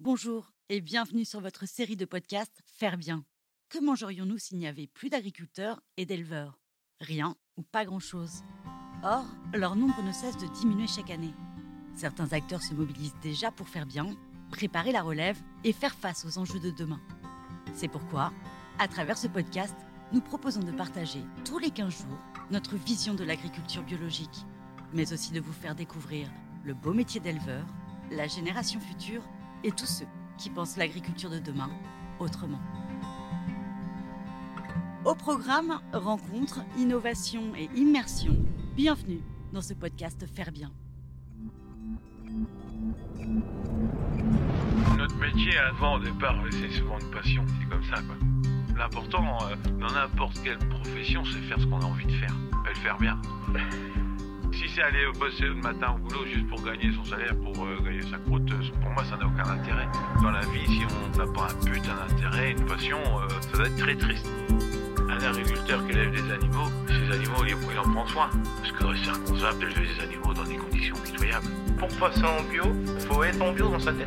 Bonjour et bienvenue sur votre série de podcasts Faire bien. Que mangerions-nous s'il n'y avait plus d'agriculteurs et d'éleveurs? Rien ou pas grand-chose. Or, leur nombre ne cesse de diminuer chaque année. Certains acteurs se mobilisent déjà pour faire bien, préparer la relève et faire face aux enjeux de demain. C'est pourquoi, à travers ce podcast, nous proposons de partager tous les 15 jours notre vision de l'agriculture biologique, mais aussi de vous faire découvrir le beau métier d'éleveur, la génération future et tous ceux qui pensent l'agriculture de demain autrement. Au programme, rencontres, innovation et immersion, bienvenue dans ce podcast Faire bien. Notre métier avant, au départ, c'est souvent une passion, c'est comme ça quoi. L'important dans n'importe quelle profession, c'est faire ce qu'on a envie de faire et le faire bien. Si c'est aller bosser le matin au boulot juste pour gagner son salaire, pour gagner sa croûte, pour moi ça n'a aucun intérêt. Dans la vie, si on n'a pas un but, un intérêt, une passion, ça doit être très triste. Un agriculteur qui élève des animaux, ces animaux il en prend soin. Parce que c'est responsable d'élever des animaux dans des conditions pitoyables. Pour passer en bio, faut être en bio dans sa tête.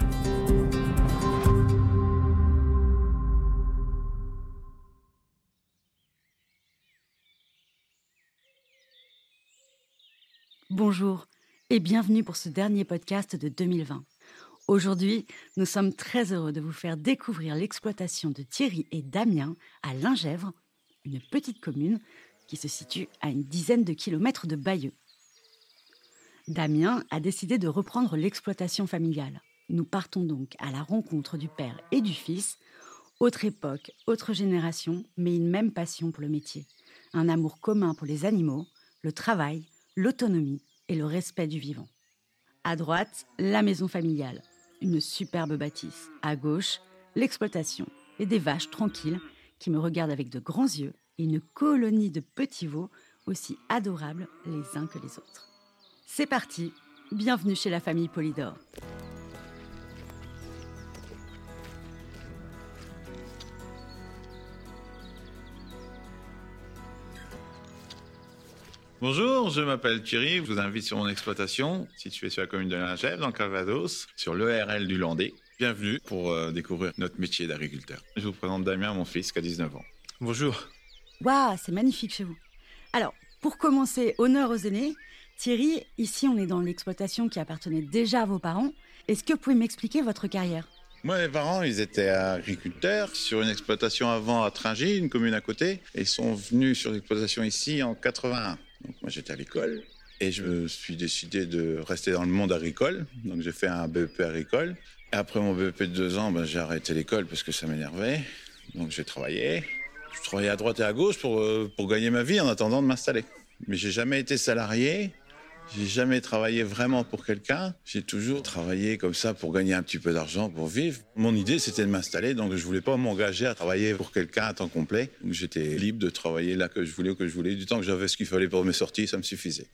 Bonjour et bienvenue pour ce dernier podcast de 2020. Aujourd'hui, nous sommes très heureux de vous faire découvrir l'exploitation de Thierry et Damien à Lingèvre, une petite commune qui se situe à une dizaine de kilomètres de Bayeux. Damien a décidé de reprendre l'exploitation familiale. Nous partons donc à la rencontre du père et du fils, autre époque, autre génération, mais une même passion pour le métier. Un amour commun pour les animaux, le travail, l'autonomie et le respect du vivant. À droite, la maison familiale, une superbe bâtisse. À gauche, l'exploitation et des vaches tranquilles qui me regardent avec de grands yeux et une colonie de petits veaux aussi adorables les uns que les autres. C'est parti, bienvenue chez la famille Polydor. Bonjour, je m'appelle Thierry, je vous invite sur mon exploitation, située sur la commune de Lingèvre, dans le Calvados, sur l'ERL du Landais. Bienvenue pour découvrir notre métier d'agriculteur. Je vous présente Damien, mon fils, qui a 19 ans. Bonjour. Waouh, c'est magnifique chez vous. Alors, pour commencer, honneur aux aînés. Thierry, ici on est dans l'exploitation qui appartenait déjà à vos parents. Est-ce que vous pouvez m'expliquer votre carrière ? Moi, mes parents, ils étaient agriculteurs sur une exploitation avant à Tringy, une commune à côté. Et ils sont venus sur l'exploitation ici en 81. Donc moi, j'étais à l'école et je me suis décidé de rester dans le monde agricole. Donc j'ai fait un BEP agricole. Et après mon BEP de 2 ans, j'ai arrêté l'école parce que ça m'énervait. Donc j'ai travaillé. Je travaillais à droite et à gauche pour gagner ma vie en attendant de m'installer. Mais j'ai jamais été salarié. J'ai jamais travaillé vraiment pour quelqu'un. J'ai toujours travaillé comme ça pour gagner un petit peu d'argent, pour vivre. Mon idée, c'était de m'installer, donc je voulais pas m'engager à travailler pour quelqu'un à temps complet. Donc j'étais libre de travailler là que je voulais, où que je voulais. Du temps que j'avais ce qu'il fallait pour mes sorties, ça me suffisait.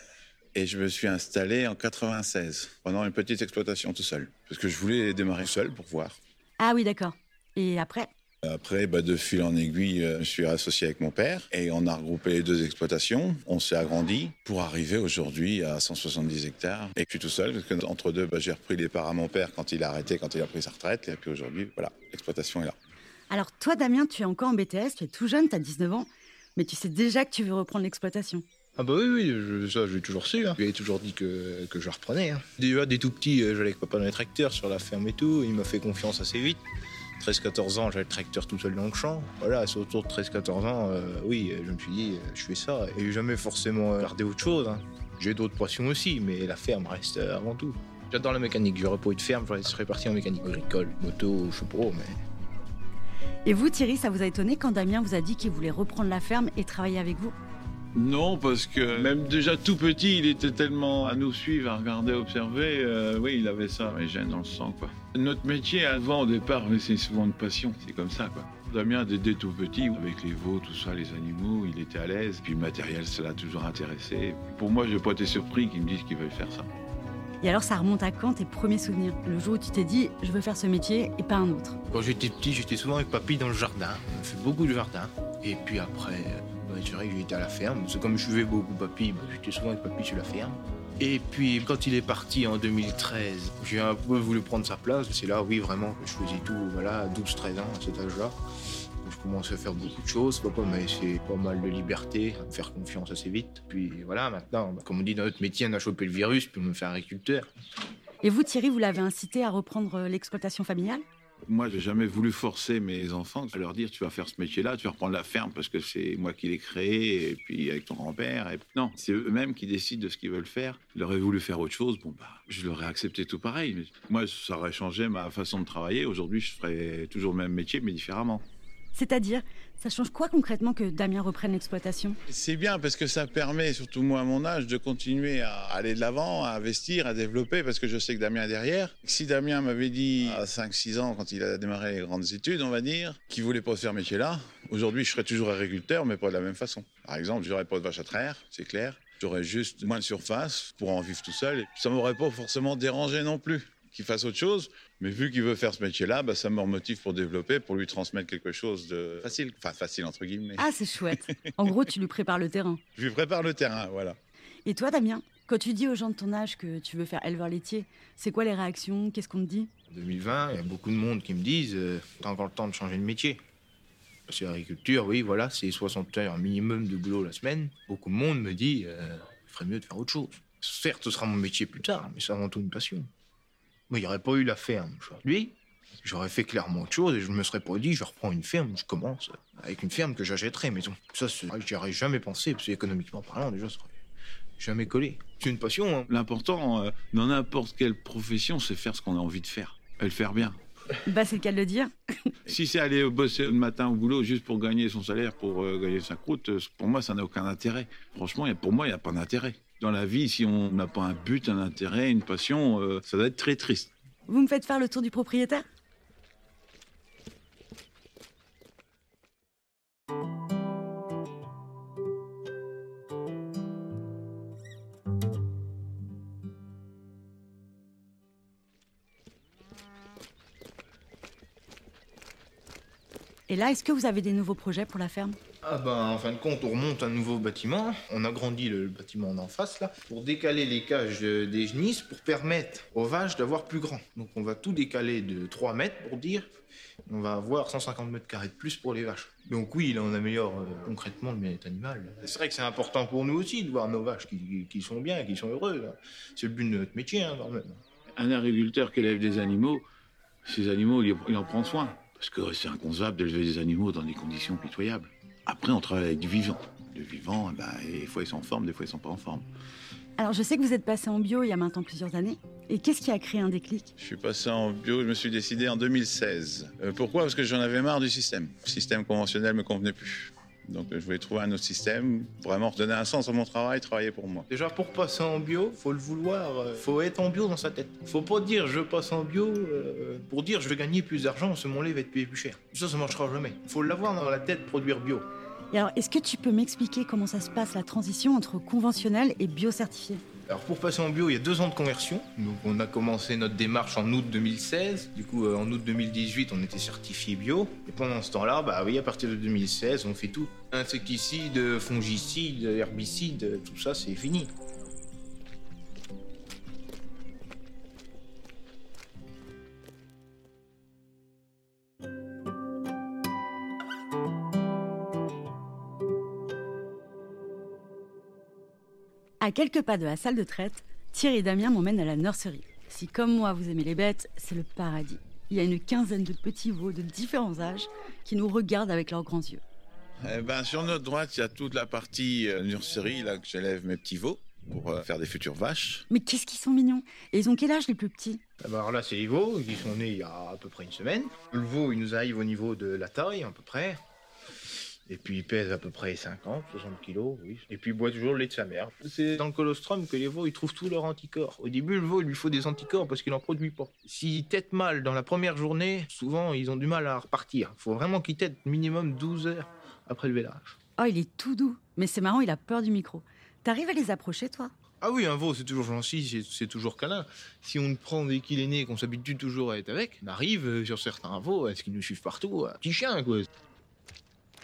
Et je me suis installé en 96, pendant une petite exploitation tout seul. Parce que je voulais démarrer seul pour voir. Ah oui, d'accord. Et après ? Après, de fil en aiguille, je suis associé avec mon père et on a regroupé les 2 exploitations. On s'est agrandi pour arriver aujourd'hui à 170 hectares. Et je suis tout seul parce qu'entre deux, j'ai repris les parts à mon père quand il a arrêté, quand il a pris sa retraite. Et puis aujourd'hui, voilà, l'exploitation est là. Alors toi, Damien, tu es encore en BTS, tu es tout jeune, tu as 19 ans, mais tu sais déjà que tu veux reprendre l'exploitation. Ah bah oui, ça je l'ai toujours su. J'avais toujours dit que je reprenais. Déjà, dès tout petit, j'allais avec papa dans les tracteurs sur la ferme et tout. Il m'a fait confiance assez vite. 13-14 ans, j'avais le tracteur tout seul dans le champ. Voilà, c'est autour de 13-14 ans, oui, je me suis dit, je fais ça. Et j'ai jamais forcément gardé autre chose. J'ai d'autres passions aussi, mais la ferme reste avant tout. J'adore la mécanique, j'aurais pas eu de ferme, je serais parti en mécanique agricole, moto, je sais pas, mais... Et vous, Thierry, ça vous a étonné quand Damien vous a dit qu'il voulait reprendre la ferme et travailler avec vous ? Non, parce que même déjà tout petit, il était tellement à nous suivre, à regarder, observer. Oui, il avait ça, les gènes dans le sang, quoi. Notre métier avant, au départ, c'est souvent une passion, c'est comme ça, quoi. Damien, dès tout petit, avec les veaux, tout ça, les animaux, il était à l'aise. Puis le matériel, ça l'a toujours intéressé. Pour moi, j'ai pas été surpris qu'ils me disent qu'ils veulent faire ça. Et alors, ça remonte à quand tes premiers souvenirs ? Le jour où tu t'es dit, je veux faire ce métier et pas un autre. Quand j'étais petit, j'étais souvent avec papy dans le jardin. On fait beaucoup de jardin. Et puis après, c'est vrai que j'étais à la ferme. C'est comme je suivais beaucoup papy, j'étais souvent avec papy sur la ferme. Et puis, quand il est parti en 2013, j'ai un peu voulu prendre sa place. C'est là, oui, vraiment, que je faisais tout, voilà, à 12-13 ans, à cet âge-là. Je commençais à faire beaucoup de choses. Papa m'a laissé pas mal de liberté, à me faire confiance assez vite. Puis voilà, maintenant, comme on dit dans notre métier, on a chopé le virus, puis on me fait agriculteur. Et vous, Thierry, vous l'avez incité à reprendre l'exploitation familiale ? Moi, j'ai jamais voulu forcer mes enfants à leur dire tu vas faire ce métier-là, tu vas reprendre la ferme parce que c'est moi qui l'ai créé et puis avec ton grand-père. Et... Non, c'est eux-mêmes qui décident de ce qu'ils veulent faire. Ils auraient voulu faire autre chose, je l'aurais accepté tout pareil. Mais moi, ça aurait changé ma façon de travailler. Aujourd'hui, je ferais toujours le même métier, mais différemment. C'est-à-dire, ça change quoi concrètement que Damien reprenne l'exploitation ? C'est bien parce que ça permet, surtout moi à mon âge, de continuer à aller de l'avant, à investir, à développer, parce que je sais que Damien est derrière. Si Damien m'avait dit à 5-6 ans, quand il a démarré les grandes études, on va dire, qu'il voulait pas faire ce métier-là, aujourd'hui je serais toujours agriculteur, mais pas de la même façon. Par exemple, j'aurais pas de vache à traire, c'est clair. J'aurais juste moins de surface pour en vivre tout seul. Et ça m'aurait pas forcément dérangé non plus qu'il fasse autre chose, mais vu qu'il veut faire ce métier-là, ça me remotive pour développer, pour lui transmettre quelque chose de facile, enfin facile entre guillemets. Ah, c'est chouette. En gros, tu lui prépares le terrain. Je lui prépare le terrain, voilà. Et toi, Damien, quand tu dis aux gens de ton âge que tu veux faire éleveur laitier, c'est quoi les réactions ? Qu'est-ce qu'on te dit ? En 2020, il y a beaucoup de monde qui me disent t'as encore le temps de changer de métier. Parce que l'agriculture, oui, voilà, c'est 60 heures minimum de boulot la semaine. Beaucoup de monde me dit il ferait mieux de faire autre chose. Certes, ce sera mon métier plus tard, mais c'est avant tout une passion. Moi, il n'y aurait pas eu la ferme aujourd'hui. J'aurais fait clairement autre chose et je me serais pas dit, je reprends une ferme, je commence avec une ferme que j'achèterais maison. Ça, j'y aurais jamais pensé, parce qu'économiquement parlant, déjà, ça serait jamais collé. C'est une passion. Hein. L'important, dans n'importe quelle profession, c'est faire ce qu'on a envie de faire et le faire bien. C'est le cas de le dire. Si c'est aller bosser le matin au boulot juste pour gagner son salaire, pour gagner sa croûte, pour moi, ça n'a aucun intérêt. Franchement, pour moi, il n'y a pas d'intérêt. Dans la vie, si on n'a pas un but, un intérêt, une passion, ça doit être très triste. Vous me faites faire le tour du propriétaire ? Et là, est-ce que vous avez des nouveaux projets pour la ferme ? En fin de compte, on remonte un nouveau bâtiment. On agrandit le bâtiment en face, là, pour décaler les cages des genisses, pour permettre aux vaches d'avoir plus grand. Donc on va tout décaler de 3 mètres, pour dire. On va avoir 150 mètres carrés de plus pour les vaches. Donc oui, là, on améliore concrètement le bien-être animal. C'est vrai que c'est important pour nous aussi de voir nos vaches qui sont bien, qui sont heureux. Là. C'est le but de notre métier, hein, quand même. Un agriculteur qui élève des animaux, ces animaux, il en prend soin. Parce que c'est inconcevable d'élever des animaux dans des conditions pitoyables. Après, on travaille avec du vivant. Le vivant, des fois ils sont en forme, des fois ils sont pas en forme. Alors, je sais que vous êtes passé en bio il y a maintenant plusieurs années. Et qu'est-ce qui a créé un déclic ? Je suis passé en bio, je me suis décidé en 2016. Pourquoi ? Parce que j'en avais marre du système. Le système conventionnel me convenait plus. Donc je voulais trouver un autre système, vraiment donner un sens à mon travail, travailler pour moi. Déjà, pour passer en bio, faut le vouloir, faut être en bio dans sa tête. Faut pas dire je passe en bio pour dire je vais gagner plus d'argent parce que mon lait va être payé plus cher. Ça marchera jamais. Faut l'avoir dans la tête, produire bio. Et alors, est-ce que tu peux m'expliquer comment ça se passe, la transition entre conventionnel et bio-certifié ? Alors pour passer en bio, il y a 2 ans de conversion. Donc on a commencé notre démarche en août 2016. Du coup, en août 2018, on était certifié bio. Et pendant ce temps-là, à partir de 2016, on fait tout. Insecticides, fongicides, herbicides, tout ça, c'est fini. À quelques pas de la salle de traite, Thierry et Damien m'emmènent à la nurserie. Si, comme moi, vous aimez les bêtes, c'est le paradis. Il y a une quinzaine de petits veaux de différents âges qui nous regardent avec leurs grands yeux. Sur notre droite, il y a toute la partie nurserie, là, que j'élève mes petits veaux pour faire des futures vaches. Mais qu'est-ce qu'ils sont mignons! Et ils ont quel âge, les plus petits? Alors là, c'est les veaux, ils sont nés il y a à peu près une semaine. Le veau, il nous arrive au niveau de la taille, à peu près. Et puis il pèse à peu près 50, 60 kilos, oui. Et puis il boit toujours le lait de sa mère. C'est dans le colostrum que les veaux, ils trouvent tous leurs anticorps. Au début, le veau, il lui faut des anticorps parce qu'il n'en produit pas. S'il tète mal dans la première journée, souvent, ils ont du mal à repartir. Il faut vraiment qu'il tète minimum 12 heures après le vélage. Oh, il est tout doux. Mais c'est marrant, il a peur du micro. T'arrives à les approcher, toi? Ah oui, un veau, c'est toujours gentil, c'est toujours câlin. Si on le prend dès qu'il est né et qu'on s'habitue toujours à être avec, on arrive sur certains veaux, est-ce qu'ils nous suivent partout? Un petit chien, quoi.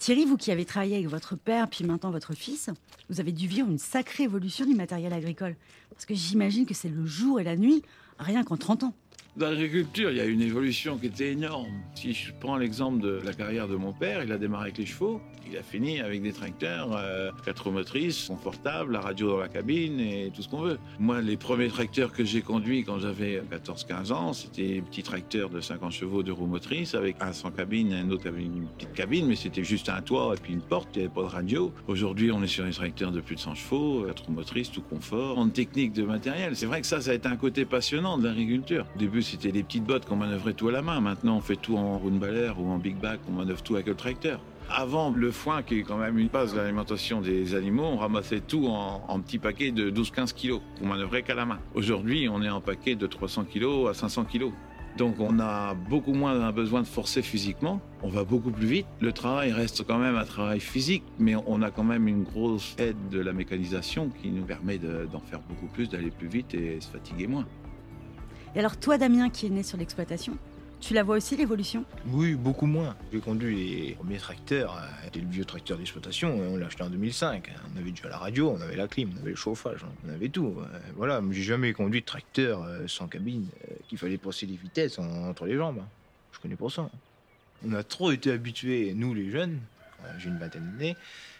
Thierry, vous qui avez travaillé avec votre père, puis maintenant votre fils, vous avez dû vivre une sacrée évolution du matériel agricole. Parce que j'imagine que c'est le jour et la nuit, rien qu'en 30 ans. Dans l'agriculture, il y a une évolution qui était énorme. Si je prends l'exemple de la carrière de mon père, il a démarré avec les chevaux. Il a fini avec des tracteurs, 4 roues motrices, confortables, la radio dans la cabine et tout ce qu'on veut. Moi, les premiers tracteurs que j'ai conduits quand j'avais 14-15 ans, c'était des petits tracteurs de 50 chevaux, 2 roues motrices, avec un sans cabine et un autre avec une petite cabine, mais c'était juste un toit et puis une porte, il n'y avait pas de radio. Aujourd'hui, on est sur des tracteurs de plus de 100 chevaux, 4 roues motrices, tout confort, en technique de matériel. C'est vrai que ça a été un côté passionnant de l'agriculture. Au début, c'était des petites bottes qu'on manœuvrait tout à la main. Maintenant, on fait tout en roundballer ou en big bag, on manœuvre tout avec le tracteur. Avant, le foin, qui est quand même une base de l'alimentation des animaux, on ramassait tout en petits paquets de 12-15 kilos, qu'on manœuvrait qu'à la main. Aujourd'hui, on est en paquet de 300 kilos à 500 kilos. Donc on a beaucoup moins besoin de forcer physiquement, on va beaucoup plus vite. Le travail reste quand même un travail physique, mais on a quand même une grosse aide de la mécanisation qui nous permet d'en faire beaucoup plus, d'aller plus vite et se fatiguer moins. Et alors toi, Damien, qui est né sur l'exploitation, tu la vois aussi, l'évolution? Oui, beaucoup moins. J'ai conduit les premiers tracteurs, c'était le vieux tracteur d'exploitation, on l'a acheté en 2005. On avait déjà la radio, on avait la clim, on avait le chauffage, on avait tout. Voilà, mais j'ai jamais conduit de tracteur sans cabine, qu'il fallait passer les vitesses entre les jambes. Je connais pour ça. On a trop été habitués, nous les jeunes, j'ai une vingtaine d'années,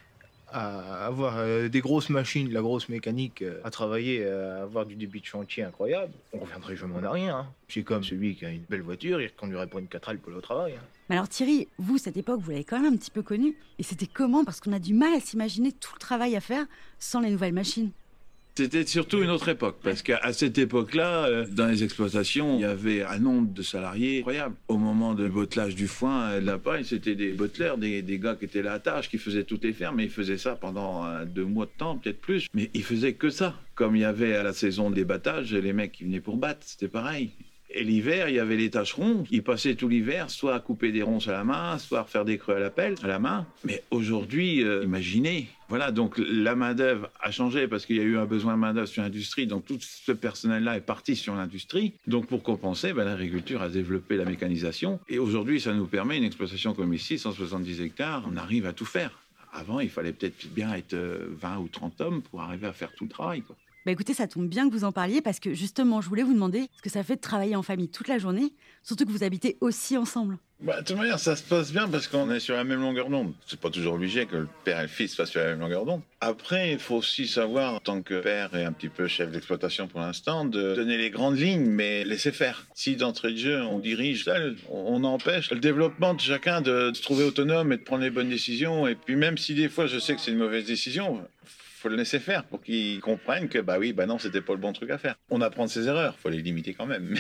à avoir des grosses machines, la grosse mécanique, à travailler, à avoir du débit de chantier incroyable. On reviendrait jamais en arrière. Hein. C'est comme celui qui a une belle voiture, il ne conduirait pas une 4L pour aller au travail. Hein. Mais alors Thierry, vous, cette époque, vous l'avez quand même un petit peu connue. Et c'était comment? Parce qu'on a du mal à s'imaginer tout le travail à faire sans les nouvelles machines. C'était surtout une autre époque, parce qu'à cette époque-là, dans les exploitations, il y avait un nombre de salariés incroyable. Au moment du bottelage du foin et de la paille, c'était des botteleurs, des gars qui étaient là à tâche, qui faisaient toutes les fermes, mais ils faisaient ça pendant 2 mois de temps, peut-être plus. Mais ils faisaient que ça. Comme il y avait à la saison des battages, les mecs qui venaient pour battre, c'était pareil. Et l'hiver, il y avait les tâcherons. Ils passaient tout l'hiver, soit à couper des ronces à la main, soit à faire des creux à la pelle, à la main. Mais aujourd'hui, imaginez. Voilà, donc la main-d'œuvre a changé parce qu'il y a eu un besoin de main-d'œuvre sur l'industrie. Donc tout ce personnel-là est parti sur l'industrie. Donc pour compenser, l'agriculture a développé la mécanisation. Et aujourd'hui, ça nous permet, une exploitation comme ici, 170 hectares, on arrive à tout faire. Avant, il fallait peut-être bien être 20 ou 30 hommes pour arriver à faire tout le travail, quoi. Bah écoutez, ça tombe bien que vous en parliez parce que justement, je voulais vous demander ce que ça fait de travailler en famille toute la journée, surtout que vous habitez aussi ensemble. De toute manière, ça se passe bien parce qu'on est sur la même longueur d'onde. C'est pas toujours obligé que le père et le fils soient sur la même longueur d'onde. Après, il faut aussi savoir, en tant que père et un petit peu chef d'exploitation pour l'instant, de donner les grandes lignes, mais laisser faire. Si d'entrée de jeu, on dirige seul, on empêche le développement de chacun de se trouver autonome et de prendre les bonnes décisions. Et puis même si des fois, je sais que c'est une mauvaise décision, faut le laisser faire pour qu'ils comprennent que non, c'était pas le bon truc à faire. On apprend de ses erreurs, faut les limiter quand même.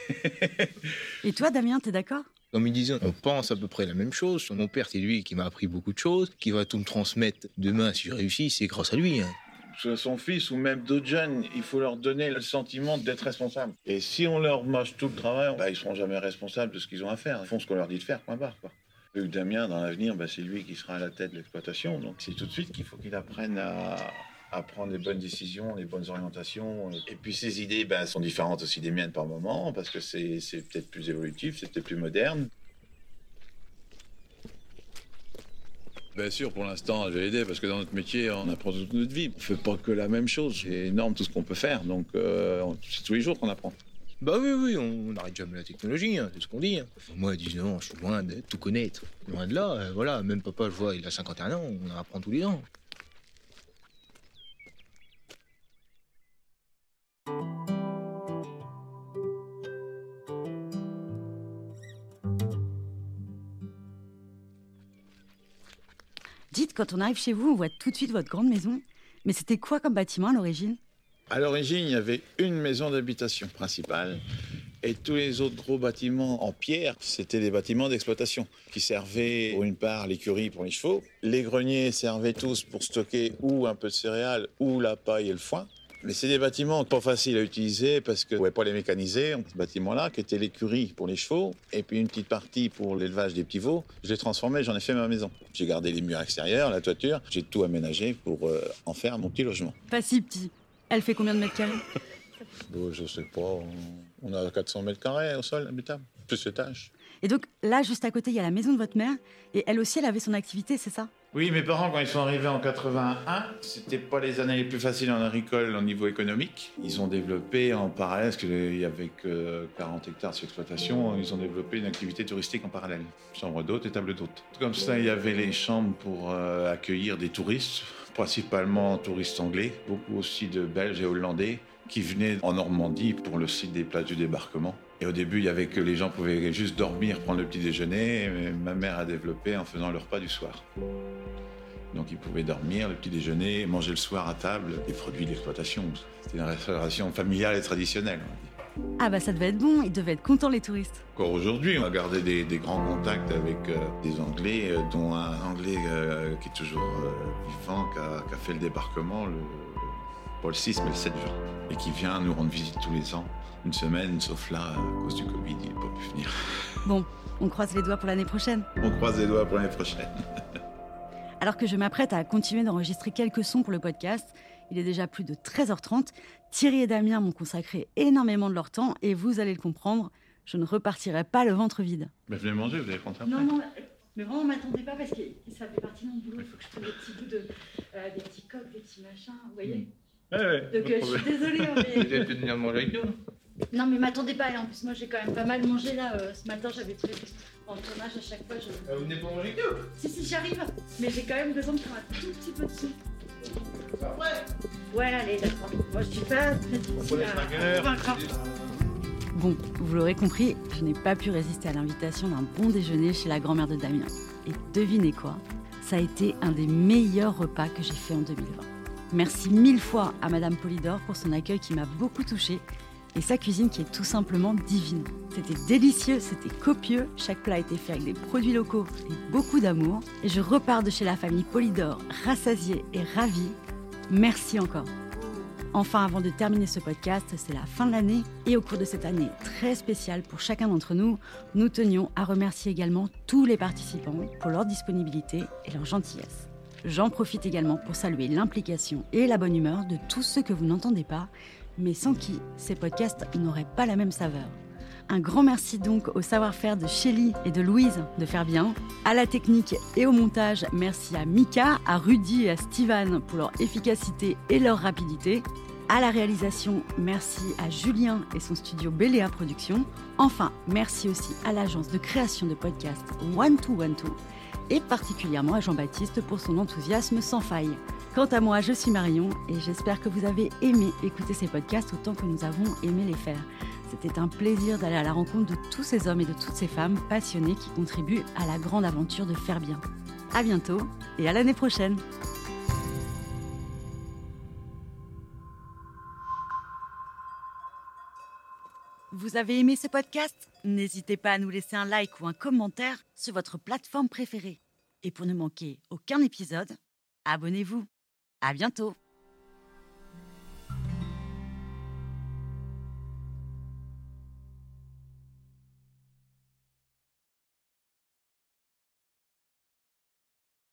Et toi, Damien, t'es d'accord? Comme il disait, on pense à peu près la même chose. Mon père, c'est lui qui m'a appris beaucoup de choses, qui va tout me transmettre demain si je réussis, c'est grâce à lui. Hein. Son fils ou même d'autres jeunes, il faut leur donner le sentiment d'être responsable. Et si on leur mâche tout le travail, ils seront jamais responsables de ce qu'ils ont à faire. Ils font ce qu'on leur dit de faire, point barre, quoi. Damien, dans l'avenir, c'est lui qui sera à la tête de l'exploitation. Donc c'est tout de suite qu'il faut qu'il apprenne à prendre les bonnes décisions, les bonnes orientations. Et puis ses idées sont différentes aussi des miennes par moment, parce que c'est peut-être plus évolutif, c'est peut-être plus moderne. Bien sûr, pour l'instant, j'ai aidé, parce que dans notre métier, on apprend toute notre vie. On ne fait pas que la même chose. C'est énorme tout ce qu'on peut faire, donc c'est tous les jours qu'on apprend. Oui, on n'arrête jamais la technologie, hein, c'est ce qu'on dit. Hein. Moi, à 19 ans, je suis loin de tout connaître. Loin de là, voilà, même papa, je vois, il a 51 ans, on en apprend tous les ans. Dites, quand on arrive chez vous, on voit tout de suite votre grande maison. Mais c'était quoi comme bâtiment à l'origine? À l'origine, il y avait une maison d'habitation principale et tous les autres gros bâtiments en pierre, c'était des bâtiments d'exploitation qui servaient pour une part l'écurie pour les chevaux. Les greniers servaient tous pour stocker ou un peu de céréales ou la paille et le foin. Mais c'est des bâtiments pas faciles à utiliser parce qu'on ne pouvait pas les mécaniser. Ce bâtiment-là, qui était l'écurie pour les chevaux, et puis une petite partie pour l'élevage des petits veaux, je l'ai transformé, j'en ai fait ma maison. J'ai gardé les murs extérieurs, la toiture, j'ai tout aménagé pour en faire mon petit logement. Pas si petit. Elle fait combien de mètres carrés? Je sais pas, on a 400 mètres carrés au sol habitable. Plus cet âge. Et donc là, juste à côté, il y a la maison de votre mère. Et elle aussi, elle avait son activité, c'est ça? Oui, mes parents, quand ils sont arrivés en 81, c'était pas les années les plus faciles en agricole au niveau économique. Ils ont développé en parallèle, parce qu'il y avait que 40 hectares sur exploitation, ils ont développé une activité touristique en parallèle. Chambre d'hôtes et table d'hôtes. Comme ça, il y avait les chambres pour accueillir des touristes, principalement touristes anglais, beaucoup aussi de Belges et Hollandais, qui venaient en Normandie pour le site des places du débarquement. Et au début, il y avait que les gens pouvaient juste dormir, prendre le petit déjeuner. Et ma mère a développé en faisant le repas du soir. Donc ils pouvaient dormir, le petit déjeuner, manger le soir à table, des produits d'exploitation. C'était une restauration familiale et traditionnelle, on va dire. Ah bah ça devait être bon, ils devaient être contents les touristes. Encore aujourd'hui, on a gardé des grands contacts avec des Anglais, dont un Anglais qui est toujours vivant, qui a fait le débarquement, pas le 6 mais le 7 juin, et qui vient nous rendre visite tous les ans. Une semaine, sauf là, à cause du Covid, il n'a pas pu venir. Bon, on croise les doigts pour l'année prochaine. On croise les doigts pour l'année prochaine. Alors que je m'apprête à continuer d'enregistrer quelques sons pour le podcast, il est déjà plus de 13h30. Thierry et Damien m'ont consacré énormément de leur temps et vous allez le comprendre, je ne repartirai pas le ventre vide. Mais venez manger, vous allez prendre après. Non, mais vraiment, ne m'attendez pas parce que ça fait partie de mon boulot. Il faut que je trouve des petits bouts des petits coques, des petits machins, vous voyez. Ouais. Donc je suis désolée, mais... Vous êtes venir manger avec nous? Non, mais m'attendez pas. En plus, moi, j'ai quand même pas mal mangé là. Ce matin, j'avais très en tournage à chaque fois. Vous venez pas manger avec nous? Si, j'arrive. Mais j'ai quand même besoin de faire un tout petit peu de son. Ouais, allez, d'accord. Moi, je suis pas très difficile à convaincre. Bon, vous l'aurez compris, je n'ai pas pu résister à l'invitation d'un bon déjeuner chez la grand-mère de Damien. Et devinez quoi? Ça a été un des meilleurs repas que j'ai fait en 2020. Merci 1000 fois à Madame Polydor pour son accueil qui m'a beaucoup touchée et sa cuisine qui est tout simplement divine. C'était délicieux, c'était copieux, chaque plat a été fait avec des produits locaux et beaucoup d'amour. Et je repars de chez la famille Polydor, rassasiée et ravie. Merci encore. Enfin, avant de terminer ce podcast, c'est la fin de l'année et au cours de cette année très spéciale pour chacun d'entre nous, nous tenions à remercier également tous les participants pour leur disponibilité et leur gentillesse. J'en profite également pour saluer l'implication et la bonne humeur de tous ceux que vous n'entendez pas, mais sans qui ces podcasts n'auraient pas la même saveur. Un grand merci donc au savoir-faire de Shelly et de Louise de faire bien, à la technique et au montage, merci à Mika, à Rudy et à Steven pour leur efficacité et leur rapidité. À la réalisation, merci à Julien et son studio Béléa Productions. Enfin, merci aussi à l'agence de création de podcasts One2One2 et particulièrement à Jean-Baptiste pour son enthousiasme sans faille. Quant à moi, je suis Marion et j'espère que vous avez aimé écouter ces podcasts autant que nous avons aimé les faire. C'était un plaisir d'aller à la rencontre de tous ces hommes et de toutes ces femmes passionnés qui contribuent à la grande aventure de faire bien. À bientôt et à l'année prochaine. Vous avez aimé ce podcast? N'hésitez pas à nous laisser un like ou un commentaire sur votre plateforme préférée. Et pour ne manquer aucun épisode, abonnez-vous. À bientôt.